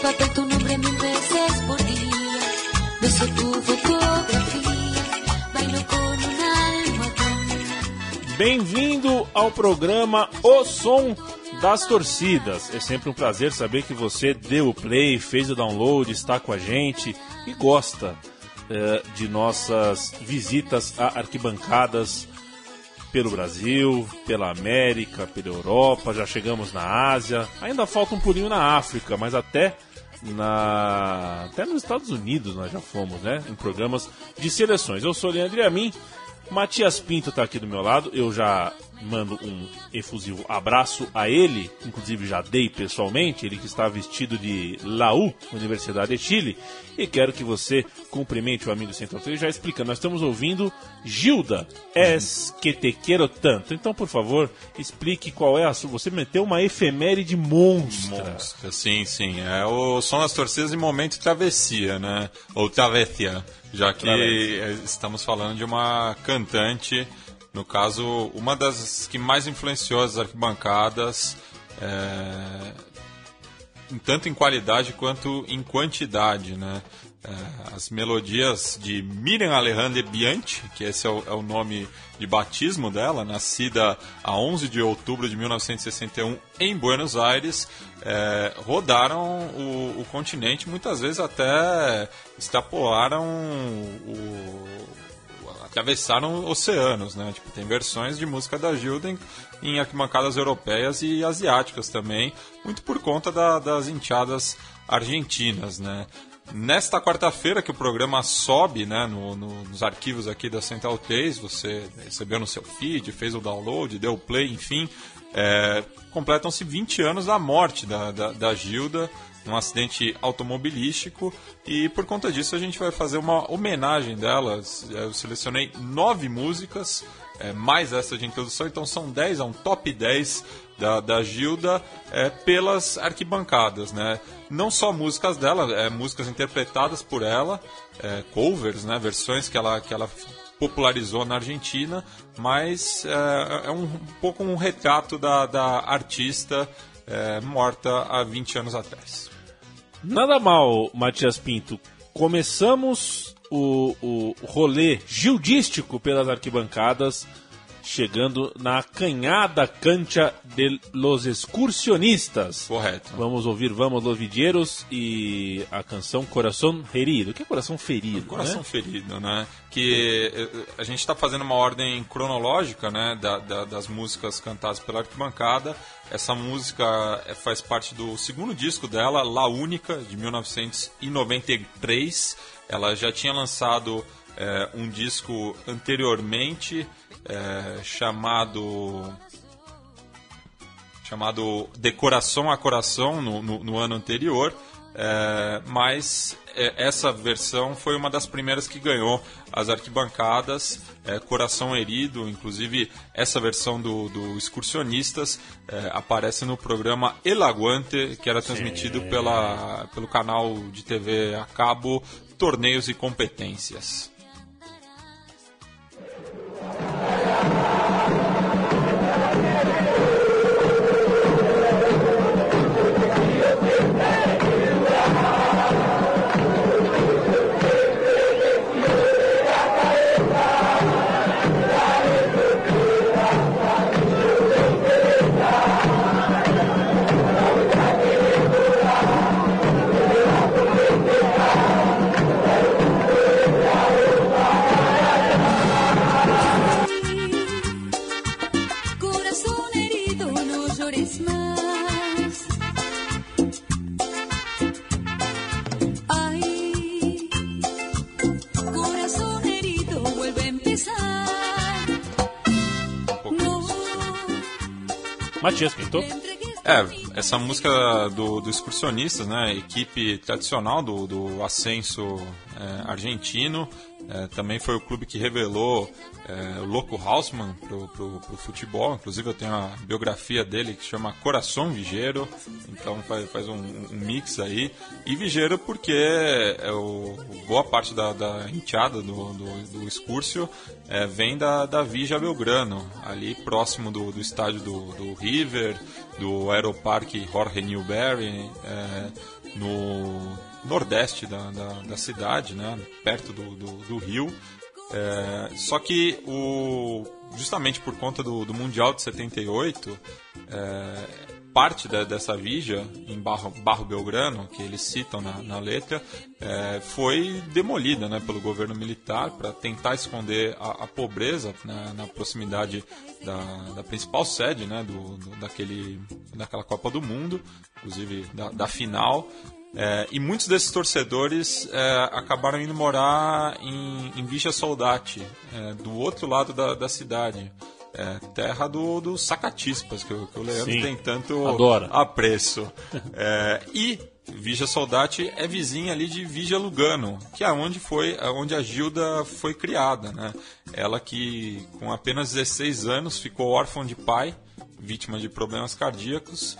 papel tu nombre 1000 veces por día. Beso tu fotografía, bailo con un almohadón. Bem-vindo ao programa O Som das Torcidas. É sempre um prazer saber que você deu o play, fez o download, está com a gente e gosta de nossas visitas a arquibancadas pelo Brasil, pela América, pela Europa, já chegamos na Ásia, ainda falta um pulinho na África, mas até nos Estados Unidos nós já fomos, né? Em programas de seleções. Eu sou o Leandro Amin, Matias Pinto está aqui do meu lado, eu já mando um efusivo abraço a ele, inclusive já dei pessoalmente, ele que está vestido de Laú, Universidade de Chile, e quero que você cumprimente o amigo Central 3 já explicando. Nós estamos ouvindo Gilda, Es que te quero tanto. Então, por favor, explique qual é a sua... Você meteu uma efeméride monstra. Sim. É o Som das Torcidas em momento travessia, né? Ou travessia, já que estamos falando de uma cantante... No caso, uma das que mais influenciou as arquibancadas, tanto em qualidade quanto em quantidade, né? As melodias de Miriam Alejandra Bianchi, que esse é o nome de batismo dela, nascida a 11 de outubro de 1961 em Buenos Aires, rodaram o continente, muitas vezes até extrapolaram atravessaram oceanos, né? Tipo, tem versões de música da Gilda em arquibancadas europeias e asiáticas também, muito por conta das enteadas argentinas, né? Nesta quarta-feira que o programa sobe, né, nos arquivos aqui da Central 3, você recebeu no seu feed, fez o download, deu o play, enfim, completam-se 20 anos da morte da Gilda, um acidente automobilístico, e por conta disso a gente vai fazer uma homenagem dela. Eu selecionei 9 músicas, mais essa de introdução, então são 10, é um top 10 da Gilda, pelas arquibancadas, né? Não só músicas dela, músicas interpretadas por ela, covers, né? Versões que ela popularizou na Argentina, mas é um pouco um retrato da artista morta há 20 anos atrás. Nada mal, Matias Pinto. Começamos o rolê gildístico pelas arquibancadas, chegando na Canhada Cancha de los Excursionistas. Correto. Vamos ouvir Vamos los Vidieros e a canção Coração Ferido. O que é Coração Ferido? Coração Ferido, né? Que a gente está fazendo uma ordem cronológica, né, das músicas cantadas pela arquibancada. Essa música faz parte do segundo disco dela, La Única, de 1993. Ela já tinha lançado um disco anteriormente, chamado De Coração a Coração, no ano anterior, mas essa versão foi uma das primeiras que ganhou as arquibancadas, Coração Herido. Inclusive essa versão do Excursionistas aparece no programa El Aguante, que era transmitido pelo canal de TV a cabo Torneios e Competências. Matias Pinto. Essa música do Excursionistas, né, equipe tradicional do ascenso argentino, Também foi o clube que revelou o Loco Hausmann pro futebol. Inclusive eu tenho a biografia dele que chama Coração Vigeiro, então faz um mix aí. E Vigeiro porque boa parte da enteada do Escúrcio vem da Vija Belgrano, ali próximo do estádio do River, do Aeroparque Jorge Newbery, no nordeste da cidade, né, perto do rio. Só que justamente por conta do Mundial de 78, parte dessa Vija em Barro Belgrano, que eles citam na letra, foi demolida, né, pelo governo militar para tentar esconder a pobreza na proximidade da principal sede, né, daquela Copa do Mundo, inclusive da final. E muitos desses torcedores acabaram indo morar em Vija Soldati, do outro lado da cidade, terra dos sacatispas, que o Leandro Sim, tem tanto adora. apreço. E Vija Soldati é vizinha ali de Vija Lugano, que é onde a Gilda foi criada, né? Ela que com apenas 16 anos ficou órfã de pai, vítima de problemas cardíacos.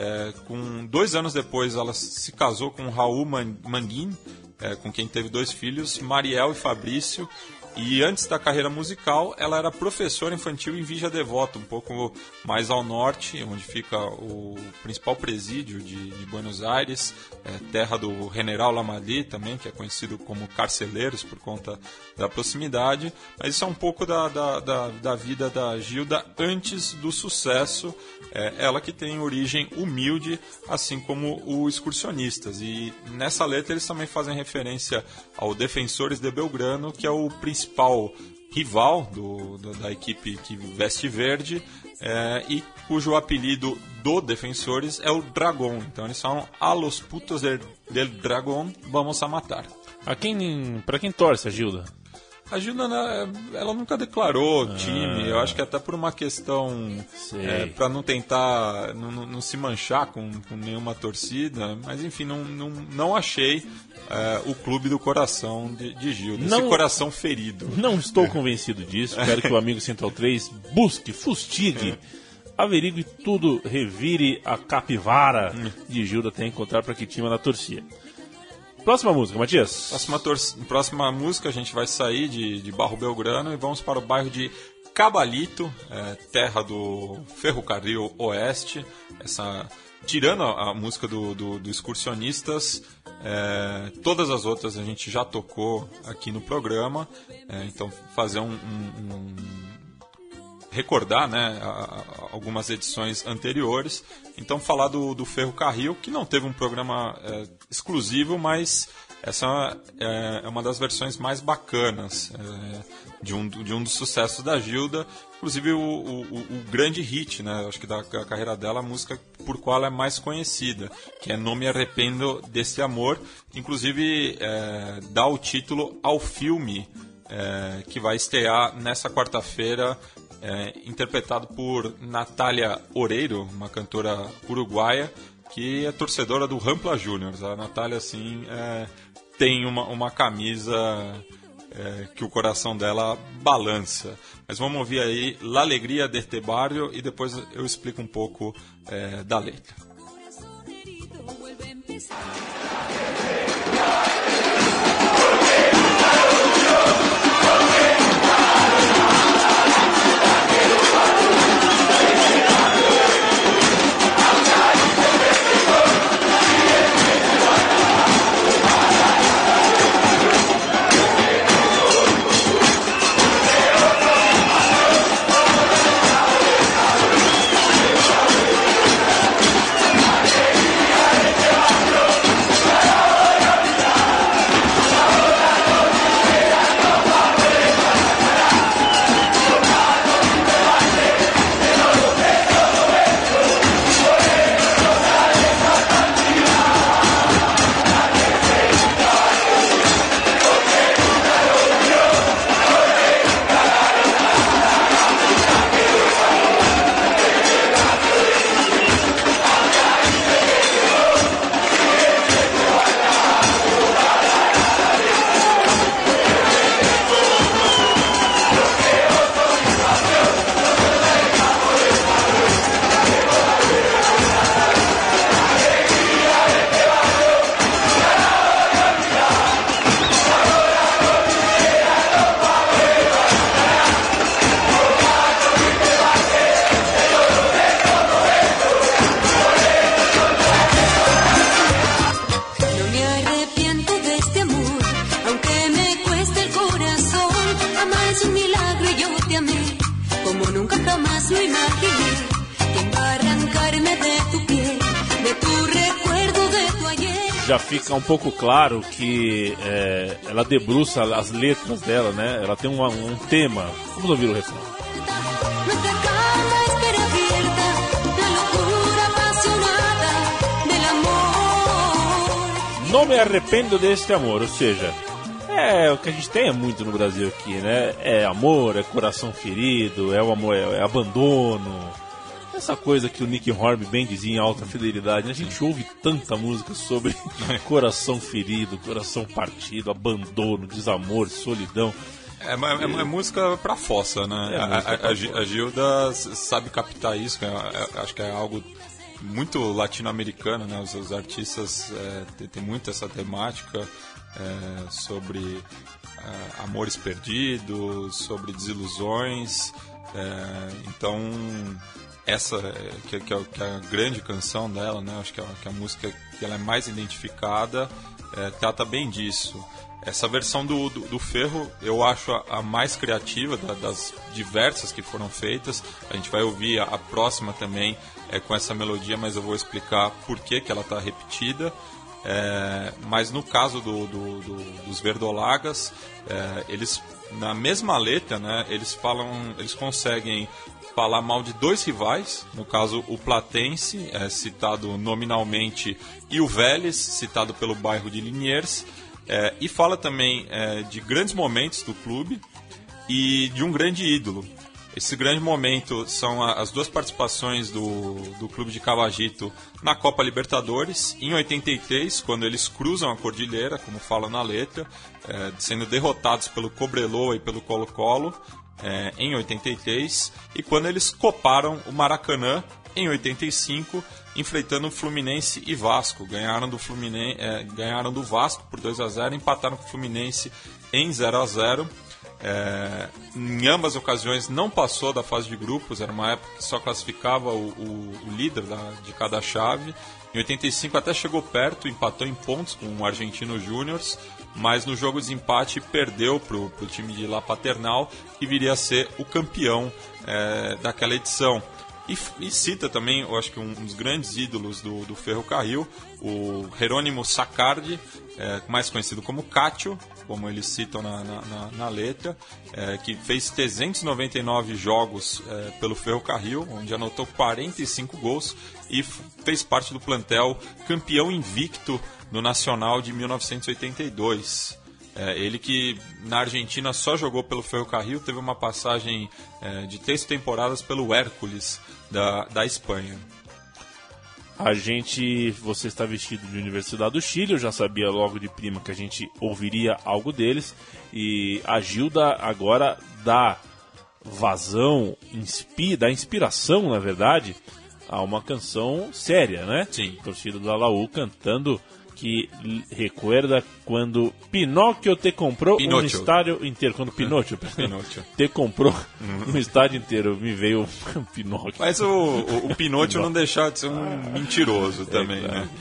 Com 2 anos depois ela se casou com Raul Manguin, com quem teve 2 filhos, Mariel e Fabrício. E antes da carreira musical, ela era professora infantil em Vija Devoto, um pouco mais ao norte, onde fica o principal presídio de Buenos Aires, terra do General Lamadrid também, que é conhecido como Carceleiros por conta da proximidade. Mas isso é um pouco da vida da Gilda antes do sucesso, ela que tem origem humilde, assim como os excursionistas. E nessa letra eles também fazem referência ao Defensores de Belgrano, que é o principal rival da equipe que veste verde, e cujo apelido do Defensores é o Dragão. Então eles falam a los putos del Dragón vamos a matar. Para quem torce a Gilda? A Gilda, ela nunca declarou time, eu acho que até por uma questão para não tentar, não se manchar com nenhuma torcida, mas enfim, não achei o clube do coração de Gilda, esse coração ferido. Não estou convencido disso, quero que o amigo Central 3 busque, fustigue, averigue tudo, revire a capivara de Gilda até encontrar para que time ela torcia. Próxima música, Matias. Próxima música, a gente vai sair de Barro Belgrano e vamos para o bairro de Cabalito, terra do Ferrocarril Oeste. Tirando a música do Excursionistas, todas as outras a gente já tocou aqui no programa. Então, fazer recordar, né, algumas edições anteriores. Então, falar do Ferrocarril, que não teve um programa exclusivo, mas essa é uma das versões mais bacanas de um dos sucessos da Gilda. Inclusive o grande hit, né, acho que da carreira dela, a música por qual ela é mais conhecida, que é Não Me Arrependo Desse Amor, que inclusive dá o título ao filme que vai estrear nessa quarta-feira, interpretado por Natália Oreiro, uma cantora uruguaia, que é torcedora do Rampla Juniors. A Natália, assim, tem uma camisa que o coração dela balança. Mas vamos ouvir aí La Alegria deste Barrio e depois eu explico um pouco da letra. já fica um pouco claro que ela debruça as letras dela, né? Ela tem um tema. Vamos ouvir o refrão. Nuestra cama espera abierta, la locura apasionada del amor. Não me arrependo deste amor, ou seja, o que a gente tem muito no Brasil aqui, né? É amor, é coração ferido, é o amor, é abandono. Essa coisa que o Nick Hornby bem dizia em Alta Fidelidade, né? A gente ouve tanta música sobre coração ferido, coração partido, abandono, desamor, solidão. É música pra fossa, né? A Gilda sabe captar isso, acho que é algo muito latino-americano, né? Os artistas têm muito essa temática sobre amores perdidos, sobre desilusões, então essa que é a grande canção dela, né? Acho que a música que ela é mais identificada trata bem disso. Essa versão do Ferro eu acho a mais criativa das diversas que foram feitas. A gente vai ouvir a próxima também com essa melodia, mas eu vou explicar por que ela está repetida. Mas no caso dos Verdolagas, eles na mesma letra, né, eles conseguem falar mal de dois rivais, no caso o Platense, citado nominalmente, e o Vélez, citado pelo bairro de Liniers, e fala também de grandes momentos do clube e de um grande ídolo. Esse grande momento são as duas participações do clube de Cabagito na Copa Libertadores, em 83, quando eles cruzam a Cordilheira, como fala na letra, sendo derrotados pelo Cobreloa e pelo Colo-Colo, em 83, e quando eles coparam o Maracanã, em 85, enfrentando o Fluminense e Vasco. Ganharam do Vasco por 2-0, empataram com o Fluminense em 0-0. Em ambas ocasiões não passou da fase de grupos, era uma época que só classificava o líder de cada chave. Em 85 até chegou perto, empatou em pontos com o Argentino Júnior, mas no jogo de desempate perdeu para o time de La Paternal, que viria a ser o campeão daquela edição. E cita também, eu acho que um dos grandes ídolos do Ferrocarril, o Jerônimo Saccardi, mais conhecido como Cátio, como eles citam na letra, que fez 399 jogos pelo Ferrocarril, onde anotou 45 gols e fez parte do plantel campeão invicto do Nacional de 1982. Ele que na Argentina só jogou pelo Ferrocarril, teve uma passagem de 3 temporadas pelo Hércules da Espanha. Você está vestido de Universidade do Chile, eu já sabia logo de prima que a gente ouviria algo deles, e a Gilda agora dá vazão, dá inspiração, na verdade, a uma canção séria, né? Sim. Torcida do Alaú cantando, que recuerda quando Pinóquio te comprou um estádio inteiro. Quando Pinóquio te comprou um estádio inteiro. Me veio um Pinóquio. Mas o Pinóquio não deixava de ser um mentiroso também, né?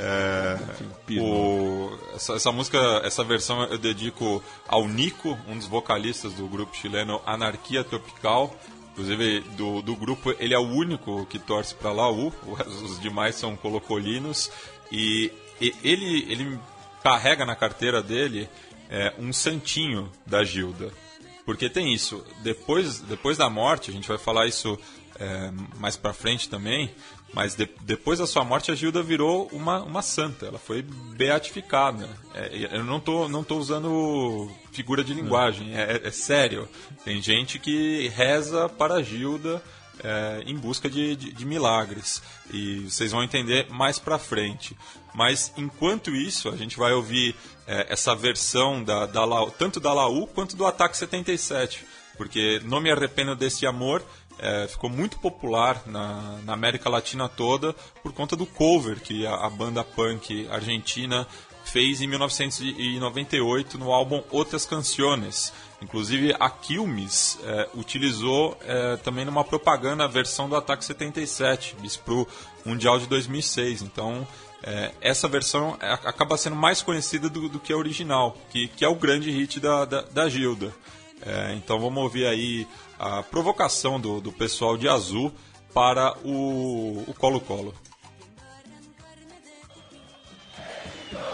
Essa música, essa versão eu dedico ao Nico, um dos vocalistas do grupo chileno Anarquia Tropical. Inclusive, do grupo, ele é o único que torce para Laú, os demais são colocolinos. E ele carrega na carteira dele um santinho da Gilda. Porque tem isso, depois da morte, a gente vai falar isso mais pra frente também, mas depois da sua morte a Gilda virou uma santa, ela foi beatificada. Eu não tô usando figura de linguagem, é sério. Tem gente que reza para a Gilda em busca de milagres, e vocês vão entender mais pra frente. Mas enquanto isso, a gente vai ouvir essa versão tanto da Laú quanto do Ataque 77, porque Não Me Arrependo Desse Amor ficou muito popular na América Latina toda por conta do cover que a banda punk argentina fez em 1998 no álbum Outras Canciones. Inclusive a Quilmes utilizou também numa propaganda a versão do Ataque 77, isso pro Mundial de 2006. Então essa versão acaba sendo mais conhecida do que a original, que é o grande hit da Gilda. Então vamos ouvir aí a provocação do pessoal de Azul para o Colo-Colo.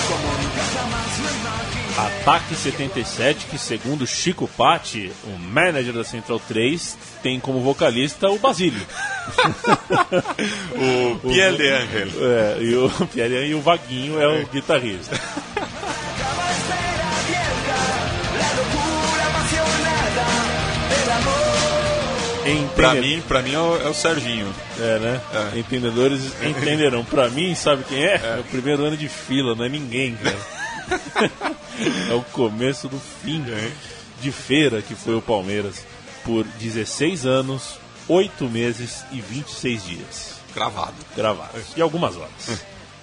Ataque 77, que segundo Chico Patti, o manager da Central 3, tem como vocalista o Basílio. O Pierre Angel. E o Pierre e o Vaguinho é o guitarrista. Pra mim é o Serginho. Né? É. Entendedores entenderão. Pra mim, sabe quem é? É o primeiro ano de fila, não é ninguém, cara. É o começo do fim de feira que foi o Palmeiras por 16 anos, 8 meses e 26 dias. Gravado. E algumas horas.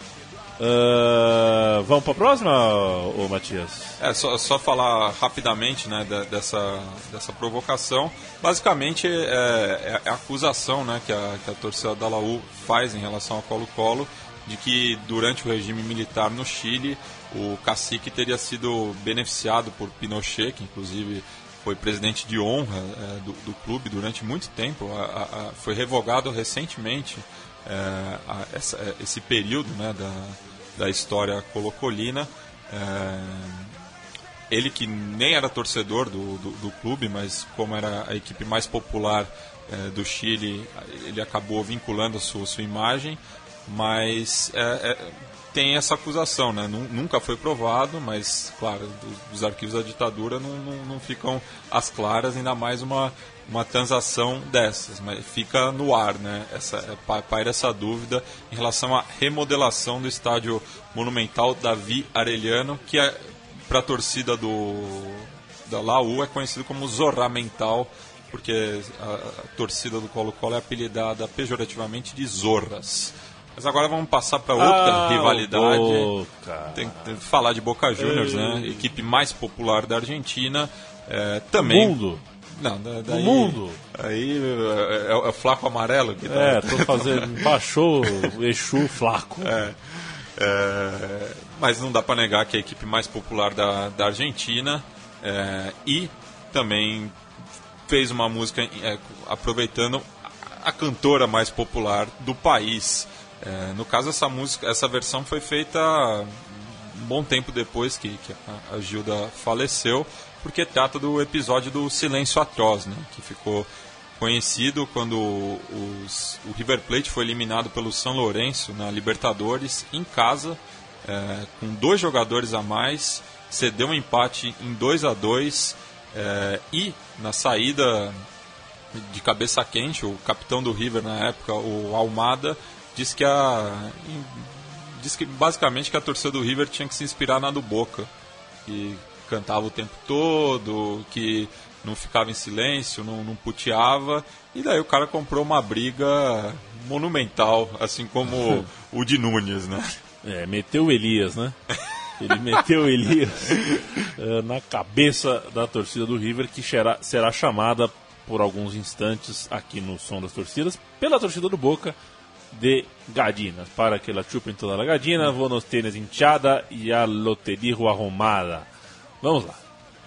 Vamos para a próxima, ô Matias? Só falar rapidamente, né, dessa provocação. Basicamente é a acusação, né, que a torcida da Laú faz em relação ao Colo-Colo, de que durante o regime militar no Chile o cacique teria sido beneficiado por Pinochet, que inclusive foi presidente de honra do clube durante muito tempo. Foi revogado recentemente esse período, né, da história colocolina. Ele que nem era torcedor do clube, mas como era a equipe mais popular do Chile, ele acabou vinculando a sua imagem, mas tem essa acusação, né? Nunca foi provado, mas, claro, os arquivos da ditadura não ficam às claras, ainda mais uma transação dessas, mas fica no ar, né? Paira essa dúvida em relação à remodelação do estádio monumental Davi Arellano, que para a torcida da Laú é conhecido como Zorramental, porque a torcida do Colo-Colo é apelidada pejorativamente de Zorras. Mas agora vamos passar para outra rivalidade. Tem que falar de Boca Juniors, né? Equipe mais popular da Argentina. Também. Mundo. Não, do mundo. Aí é o Flaco Amarelo que tá. Tô fazendo. Baixou o Exu Flaco. Mas não dá para negar que é a equipe mais popular da Argentina. E também fez uma música aproveitando a cantora mais popular do país. No caso, essa versão foi feita um bom tempo depois que a Gilda faleceu, porque trata do episódio do Silêncio Atroz, né, que ficou conhecido quando o River Plate foi eliminado pelo São Lourenço na Libertadores em casa, com 2 jogadores a mais, cedeu um empate em 2-2, e na saída de cabeça quente, o capitão do River na época, o Almada, disse que basicamente que a torcida do River tinha que se inspirar na do Boca, que cantava o tempo todo, que não ficava em silêncio, não puteava, e daí o cara comprou uma briga monumental, assim como o de Nunes, né? Meteu o Elias, né? Ele meteu o Elias na cabeça da torcida do River, que será chamada por alguns instantes aqui no Som das Torcidas pela torcida do Boca de gallinas. Para que la chupen toda la gallina, vos nos tienes hinchada y ya lo te dijo arrumada. Vamos lá.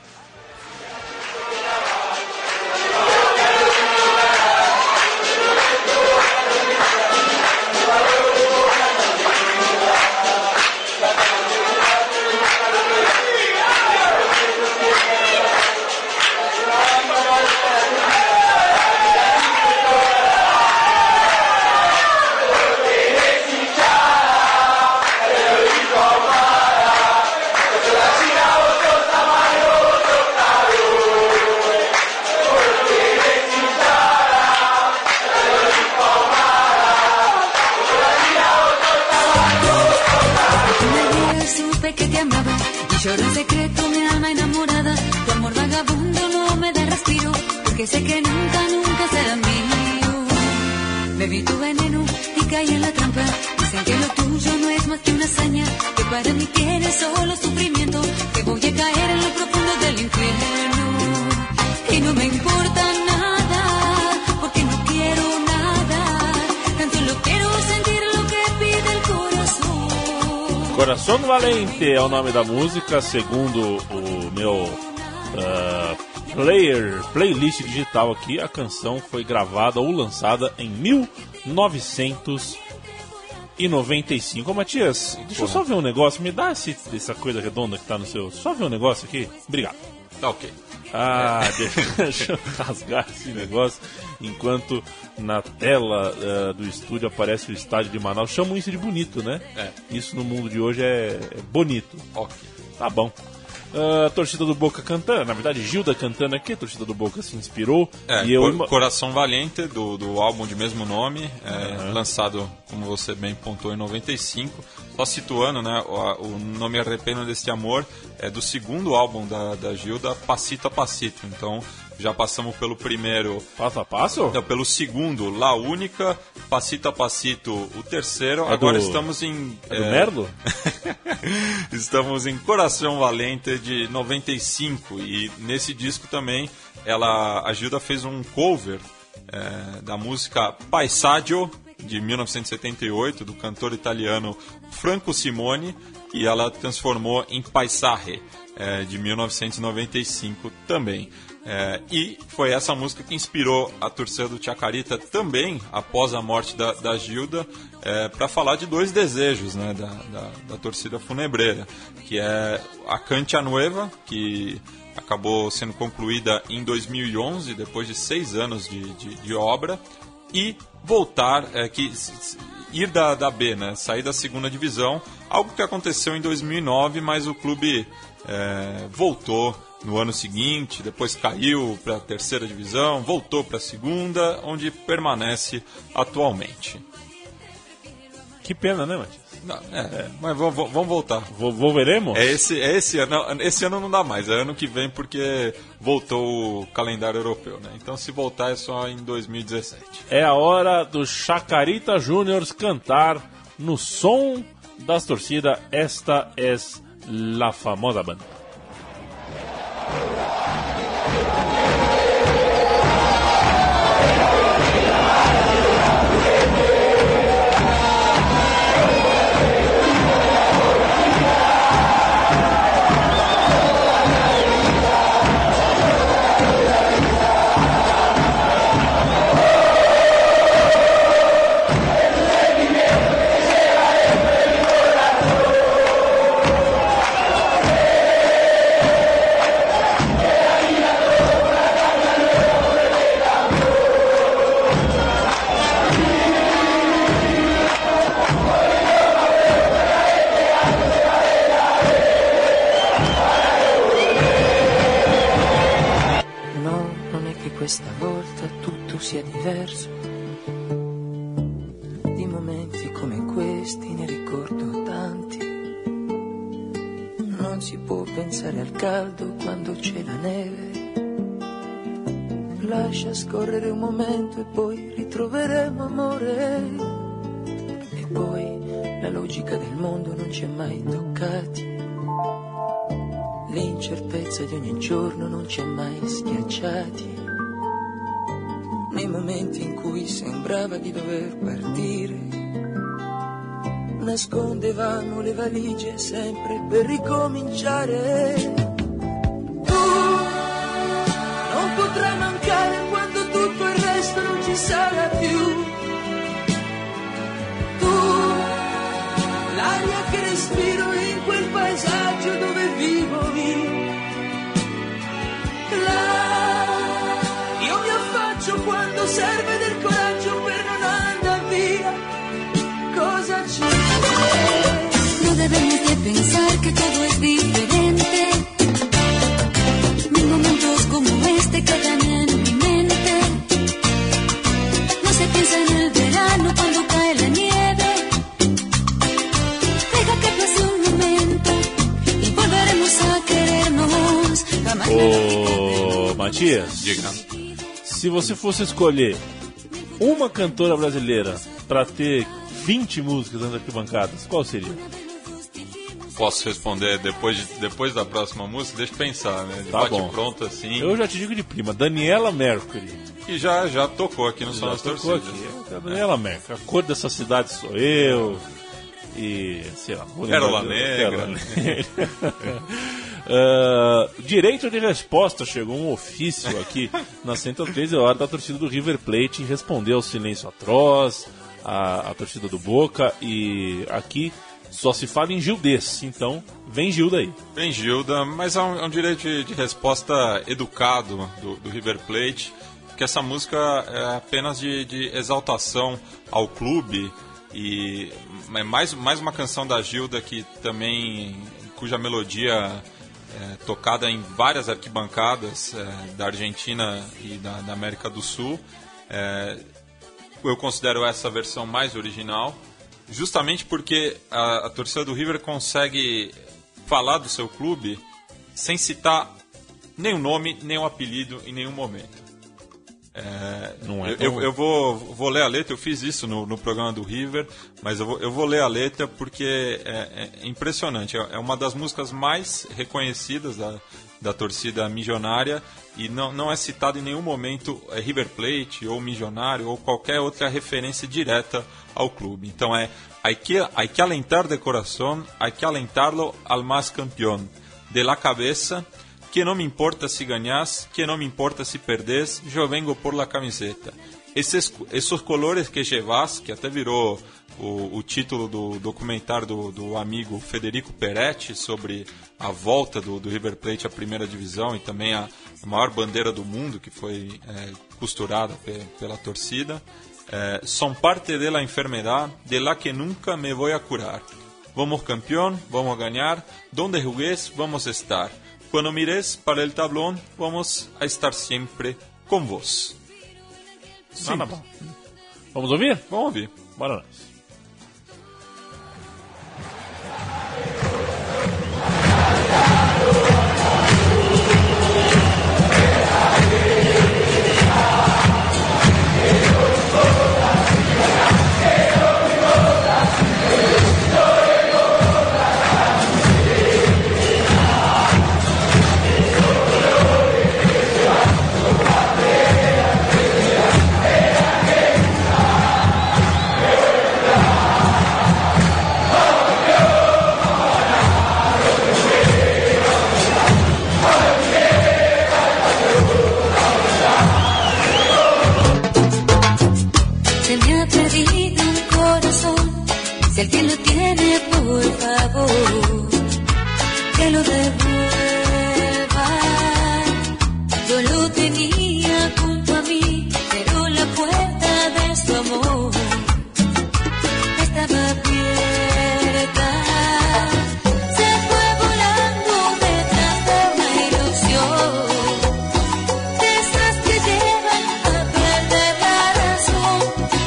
Lloro en secreto mi alma enamorada, tu amor vagabundo no me da respiro, porque sé que nunca, nunca será mío. Bebí tu veneno y caí en la trampa, dicen que lo tuyo no es más que una hazaña, que para mí tienes solo sufrimiento, que voy a caer en lo profundo del infierno. Y no me importa nada, porque no quiero nada, tan solo quiero sentir lo que pide el corazón. Coração Valente é o nome da música, segundo o meu playlist digital aqui. A canção foi gravada ou lançada em 1900 95. Ô, Matias, deixa eu só ver um negócio. Me dá essa coisa redonda que tá no seu... Só ver um negócio aqui. Obrigado. Tá ok. Deixa eu rasgar esse negócio enquanto na tela do estúdio aparece o estádio de Manaus. Chamam isso de bonito, né? Isso no mundo de hoje é bonito. Ok. Tá bom. Torcida do Boca cantando, na verdade Gilda cantando aqui, a torcida do Boca se inspirou. Coração Valente, do álbum de mesmo nome, lançado, como você bem pontuou, em 95. Só situando, né, o Não Me Arrependo Deste Amor é do segundo álbum da Gilda, Passito a Passito. Então já passamos pelo primeiro... Passo a passo? Não, pelo segundo, La Única, Passito a Passito, o terceiro. Agora estamos em... do Merlo? Estamos em Coração Valente, de 95. E nesse disco também, a Gilda fez um cover da música Paesaggio, de 1978, do cantor italiano Franco Simone, e ela transformou em Paisarre, de 1995 também. E foi essa música que inspirou a torcida do Chacarita também, após a morte da Gilda, para falar de dois desejos, né, da torcida funebreira, que é a Cancha Nueva, que acabou sendo concluída em 2011, depois de 6 anos de obra, e voltar, ir da B, né, sair da segunda divisão, algo que aconteceu em 2009, mas o clube voltou no ano seguinte, depois caiu para a terceira divisão, voltou para a segunda, onde permanece atualmente. Que pena, né, Matias? Não, mas vamos voltar. Volveremos? Esse ano. Esse ano não dá mais, é ano que vem, porque voltou o calendário europeu, né? Então, se voltar, é só em 2017. É a hora do Chacarita Juniors cantar no som das torcidas. Esta é la famosa banda. Questa volta tutto sia diverso. Di momenti come questi ne ricordo tanti. Non si può pensare al caldo quando c'è la neve. Lascia scorrere un momento e poi ritroveremo amore. E poi la logica del mondo non ci ha mai toccati. L'incertezza di ogni giorno non ci ha mai schiacciati. Nei momenti in cui sembrava di dover partire, nascondevamo le valigie sempre per ricominciare. Tu non potrai mancare quando tutto il resto non ci sarà più. Tu, l'aria che respiro in quel paesaggio dove vivo io. Quando serve del coraggio per non andar via, cosa c'è? No debemos de pensar que todo es diferente. Mil momentos como este quedan en mi mente. No se piensa en el verano cuando cae la nieve. Deja que pase un momento y volveremos a querernos. Ô, Matias, diga. Se você fosse escolher uma cantora brasileira para ter 20 músicas nas arquibancadas, qual seria? Posso responder depois da próxima música? Deixa eu pensar, né? De Tá bate bom. pronto assim. Eu já te digo de prima, Daniela Mercury. E já tocou aqui no Som Já das tocou Torcidas. aqui. A Daniela Mercury. A cor dessa cidade sou eu. E, sei lá, Pérola Negra. Direito de resposta, chegou um ofício aqui na Central 3, é hora da torcida do River Plate responder ao silêncio atroz, a torcida do Boca, e aqui só se fala em Gildês, então vem Gilda aí. Vem Gilda, mas é um direito de resposta educado do River Plate, que essa música é apenas de exaltação ao clube, e é mais uma canção da Gilda que também, cuja melodia é tocada em várias arquibancadas da Argentina e da América do Sul. Eu considero essa versão mais original, justamente porque a torcida do River consegue falar do seu clube sem citar nem o nome, nem o apelido em nenhum momento. Eu vou ler a letra, eu fiz isso no programa do River, mas eu vou ler a letra porque é impressionante. É uma das músicas mais reconhecidas da torcida milionária e não é citado em nenhum momento River Plate ou Milionário ou qualquer outra referência direta ao clube. Então hay que alentar de corazón, hay que alentarlo al más campeón, de la cabeza, que no me importa si ganhas, que no me importa si perdés, yo vengo por la camiseta. Esses colores que llevas, que até virou o título do documentário do amigo Federico Peretti sobre a volta do River Plate à primeira divisão e também a maior bandeira do mundo que foi costurada pela torcida. Son parte de la enfermedad de la que nunca me voy a curar. Vamos campeón, vamos a ganhar, donde jugues vamos a estar. Quando mires para el tablón, vamos a estar sempre com vos. Nada bom. Vamos ouvir? Vamos ouvir. Bora nós. Si alguien lo tiene, por favor, que lo devuelva. Yo lo tenía junto a mí, pero la puerta de su amor estaba abierta. Se fue volando detrás de una ilusión, de esas que llevan a perder la razón.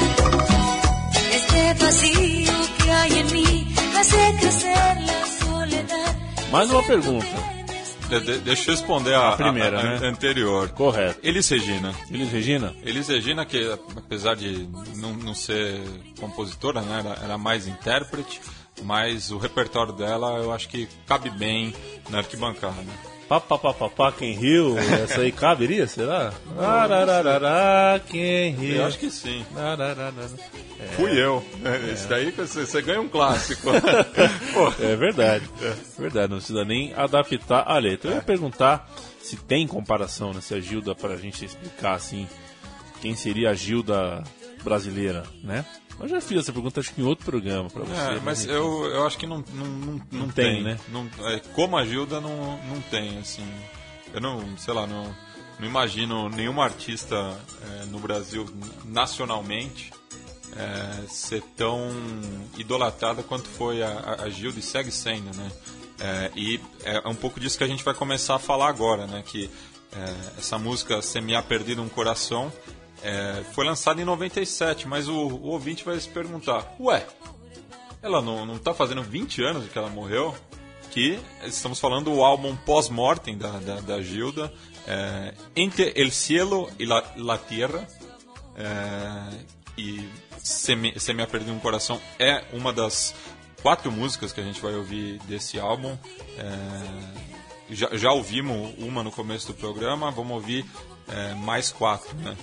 Este vacío hay en mí hace crecer la soledad. Mais uma pergunta. Deixa eu responder a primeira, a anterior. Correto. Elis Regina. Elis Regina? Elis Regina, que apesar de não ser compositora, né, era mais intérprete, mas o repertório dela eu acho que cabe bem na arquibancada. Papapá, quem riu? Essa aí caberia, será? Arararará, quem riu? Eu acho que sim. Fui eu. Esse daí você ganha um clássico. É verdade. Verdade, não precisa nem adaptar a letra. Eu ia perguntar se tem comparação nessa Gilda pra gente explicar assim quem seria a Gilda brasileira, né? Eu já fiz essa pergunta acho que em outro programa pra você. Mas eu acho que não tem, né? Como a Gilda não tem, assim. Eu não imagino nenhuma artista no Brasil nacionalmente ser tão idolatrada quanto foi a Gilda e segue sendo, né? E é um pouco disso que a gente vai começar a falar agora, né? Que essa música Se Me Ha Perdido um Coração foi lançada em 97, mas o ouvinte vai se perguntar, ué, ela não está fazendo 20 anos de que ela morreu? Que estamos falando do álbum Pós-Mortem da Gilda, Entre el Cielo y la Tierra, e Se Me Ha Perdido um Coração é uma das 4 músicas que a gente vai ouvir desse álbum. Já ouvimos uma no começo do programa, vamos ouvir mais 4, né?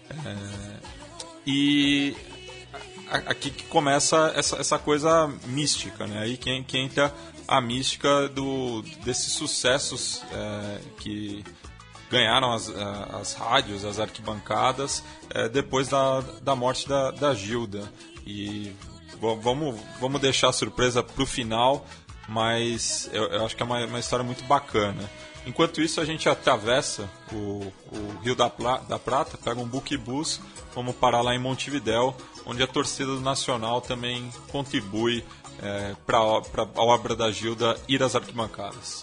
E aqui que começa essa coisa mística, né? Aí que entra a mística desses sucessos que ganharam as rádios, as arquibancadas, depois da morte da Gilda. E vamos deixar a surpresa pro final, mas eu acho que é uma história muito bacana. Enquanto isso, a gente atravessa o Rio da Prata, pega um buquebus, vamos parar lá em Montevidéu, onde a torcida do Nacional também contribui para a obra da Gilda ir às arquibancadas.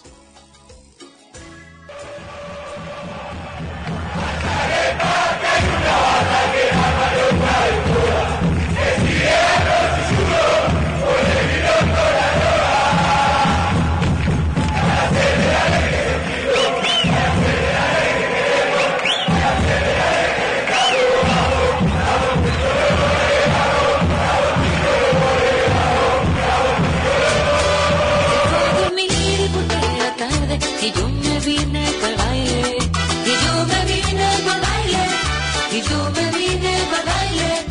Y yo me vine pa'l baile, y yo me vine pa'l baile, y yo me vine pa'l baile.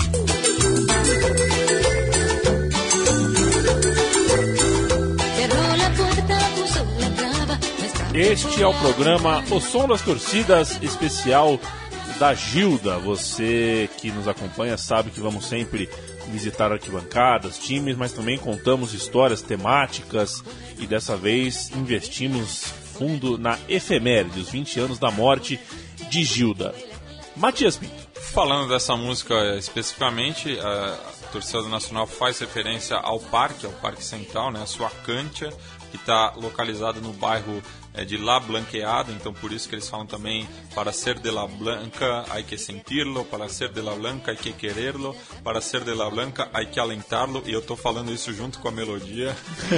Cerró la puerta, puso la traba. Este é o programa O Som das Torcidas, especial da Gilda. Você que nos acompanha sabe que vamos sempre visitar arquibancadas, times, mas também contamos histórias temáticas e dessa vez investimos fundo na efeméride, os 20 anos da morte de Gilda. Matias Pinto. Falando dessa música especificamente, a torcida do Nacional faz referência ao Parque Central, né, a sua cancha, que está localizado no bairro de La Blanqueada, então por isso que eles falam também para ser de La Blanca hay que sentirlo, para ser de La Blanca hay que quererlo, para ser de La Blanca hay que alentarlo, e eu estou falando isso junto com a melodia.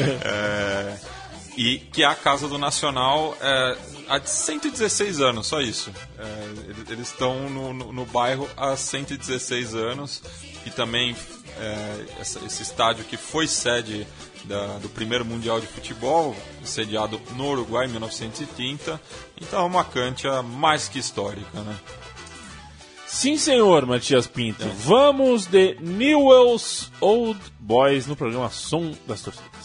E que é a Casa do Nacional há 116 anos, só isso. Eles estão no bairro há 116 anos, e também esse estádio que foi sede do primeiro Mundial de Futebol, sediado no Uruguai em 1930, então é uma cancha mais que histórica, né? Sim, senhor, Matias Pinto. Vamos de Newell's Old Boys no programa Som das Torcidas.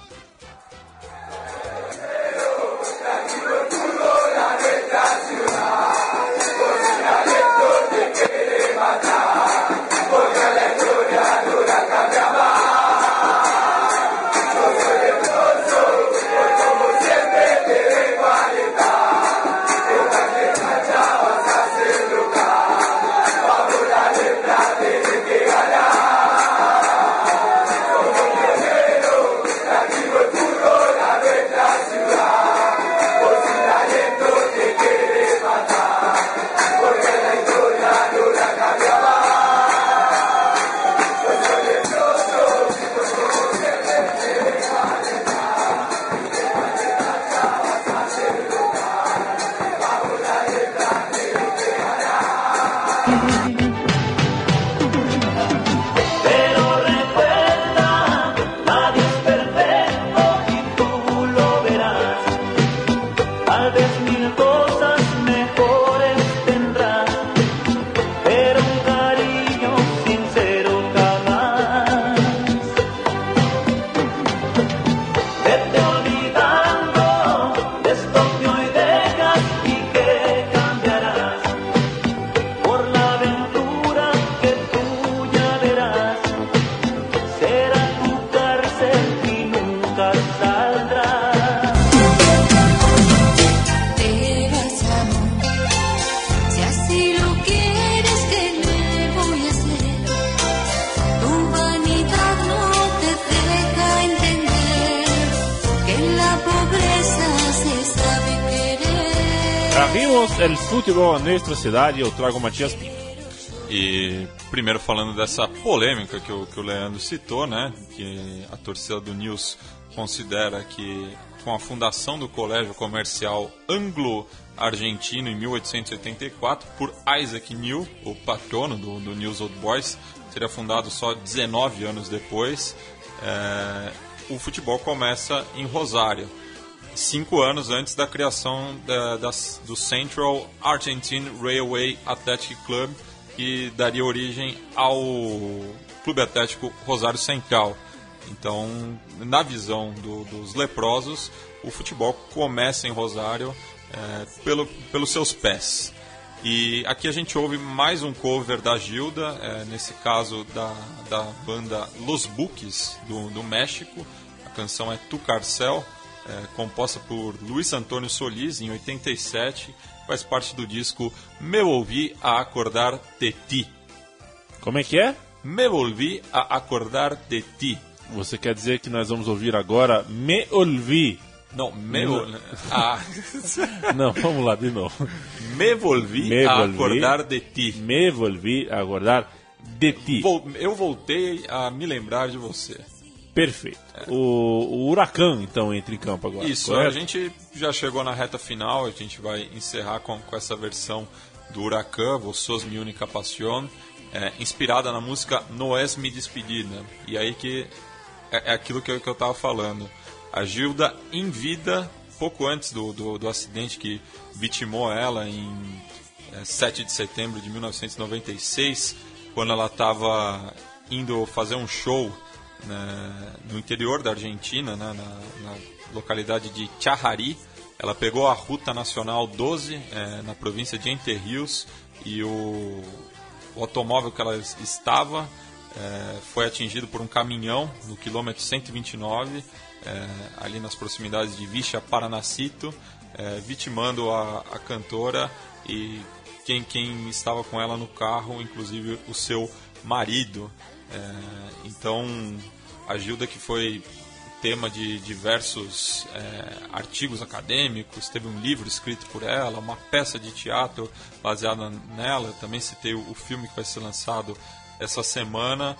El futebol a nuestra cidade, eu trago o Matias Pinto. E primeiro falando dessa polêmica que o Leandro citou, né, que a torcida do Newell's considera que com a fundação do Colégio Comercial Anglo-Argentino em 1884 por Isaac Newell, o patrono do Newell's Old Boys, seria fundado só 19 anos depois, o futebol começa em Rosário, 5 anos antes da criação do Central Argentine Railway Athletic Club, que daria origem ao Clube Atlético Rosário Central. Então, na visão dos leprosos, o futebol começa em Rosário pelos seus pés. E aqui a gente ouve mais um cover da Gilda, nesse caso da banda Los Buques, do México. A canção é Tu Carcel, composta por Luiz Antônio Solís, em 87, faz parte do disco Me Volví a Acordar de Ti. Como é que é? Me Volví a Acordar de Ti. Você quer dizer que nós vamos ouvir agora Me Olví? Não, Não, vamos lá de novo. Me volví a acordar de ti. Me volví a acordar de ti. Eu voltei a me lembrar de você. Perfeito. O Huracan, então, entra em campo agora. Isso, correto? A gente já chegou na reta final, a gente vai encerrar com essa versão do Huracan, Vos sos mi única pasión, inspirada na música No es mi despedida. E aí que é aquilo que eu estava falando. A Gilda, em vida, pouco antes do acidente que vitimou ela em 7 de setembro de 1996, quando ela estava indo fazer um show no interior da Argentina, na localidade de Chajarí. Ela pegou a Ruta Nacional 12, na província de Entre Rios, e o automóvel que ela estava foi atingido por um caminhão no quilômetro 129, ali nas proximidades de Vicha Paranacito, vitimando a cantora e quem estava com ela no carro, inclusive o seu marido. Então, a Gilda, que foi tema de diversos artigos acadêmicos, teve um livro escrito por ela, uma peça de teatro baseada nela, também citei o filme que vai ser lançado essa semana.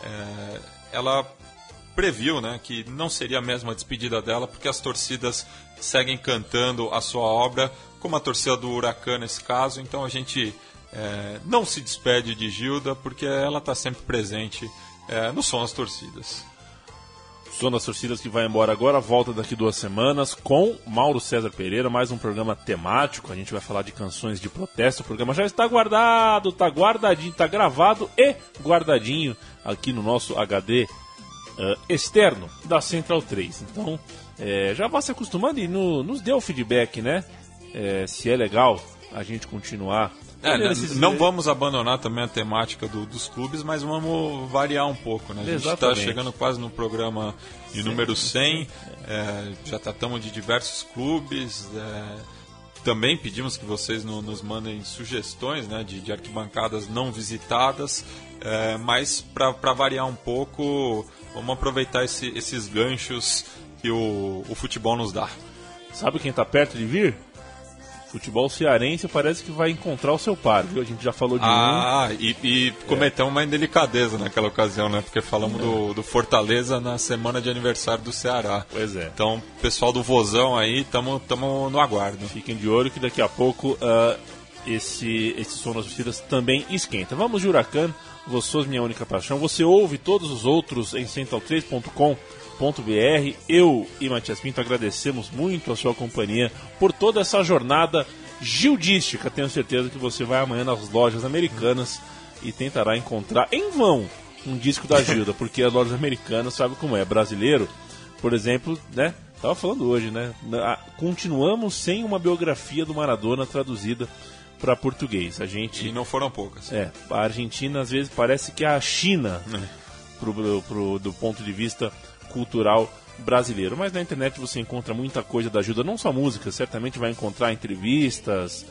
Ela previu, né, que não seria a mesma despedida dela, porque as torcidas seguem cantando a sua obra, como a torcida do Huracan nesse caso. Então a gente não se despede de Gilda, porque ela está sempre presente no som das torcidas. Som das torcidas que vai embora agora, volta daqui 2 semanas com Mauro César Pereira, mais um programa temático. A gente vai falar de canções de protesto. O programa já está guardado, está guardadinho, está gravado e guardadinho aqui no nosso HD externo da Central 3. Então, já vá se acostumando e nos dê o feedback, né? Se é legal a gente continuar. Não vamos abandonar também a temática dos clubes, mas vamos variar um pouco, né? A gente está chegando quase no programa de número 100, já tratamos de diversos clubes. Também pedimos que vocês nos mandem sugestões, né, de arquibancadas não visitadas, mas para variar um pouco, vamos aproveitar esses ganchos que o futebol nos dá. Sabe quem está perto de vir? Futebol cearense parece que vai encontrar o seu par, viu? A gente já falou de e cometemos uma indelicadeza naquela ocasião, né? Porque falamos do Fortaleza na semana de aniversário do Ceará. Pois é. Então, pessoal do Vozão aí, estamos no aguardo. Fiquem de olho que daqui a pouco esse som das torcidas também esquenta. Vamos de Huracan, Vos sos minha única paixão. Você ouve todos os outros em central3.com.br. Eu e Matias Pinto agradecemos muito a sua companhia por toda essa jornada gildística. Tenho certeza que você vai amanhã nas lojas americanas e tentará encontrar em vão um disco da Gilda, porque as lojas americanas, sabe como é, brasileiro, por exemplo, né? Tava falando hoje, né? Continuamos sem uma biografia do Maradona traduzida para português. E não foram poucas. A Argentina às vezes parece que é a China do ponto de vista cultural brasileiro, mas na internet você encontra muita coisa da Gilda, não só música, certamente vai encontrar entrevistas,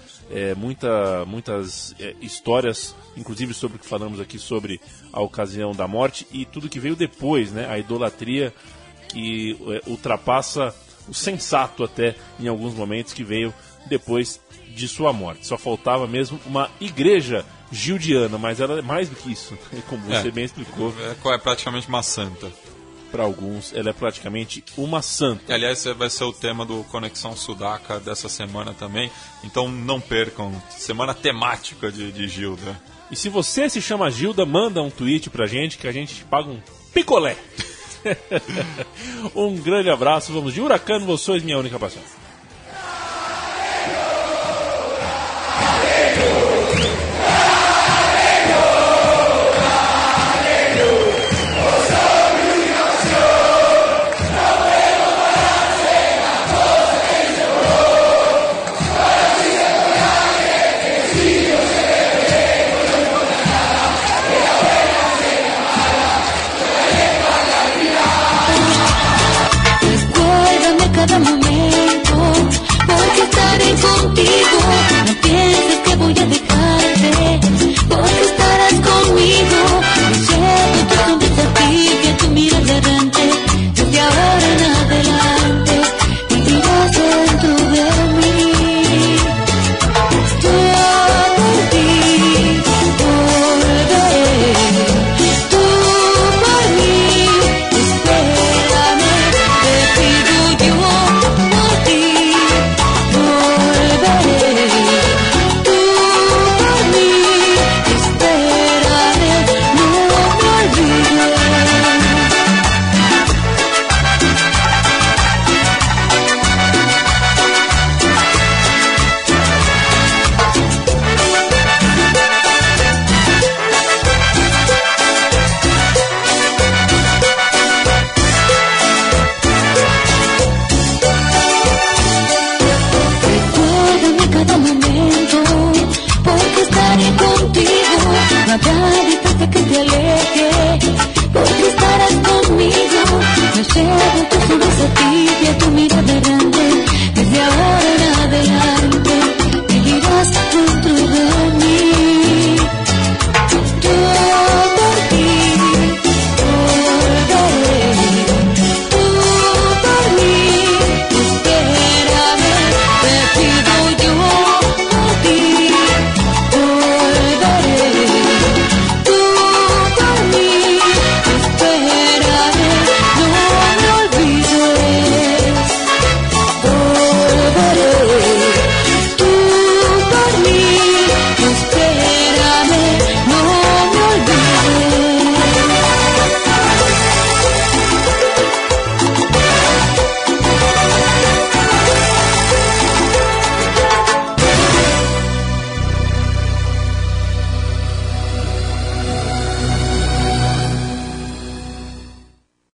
muitas histórias, inclusive sobre o que falamos aqui sobre a ocasião da morte e tudo que veio depois, né? A idolatria que ultrapassa o sensato até em alguns momentos que veio depois de sua morte. Só faltava mesmo uma igreja gildiana, mas ela é mais do que isso, como você bem explicou. É praticamente uma santa. Para alguns, ela é praticamente uma santa. Aliás, vai ser o tema do Conexão Sudaca dessa semana também. Então não percam, semana temática de Gilda. E se você se chama Gilda, manda um tweet pra gente que a gente te paga um picolé. Um grande abraço, vamos de Huracan, Vos sos minha única paixão.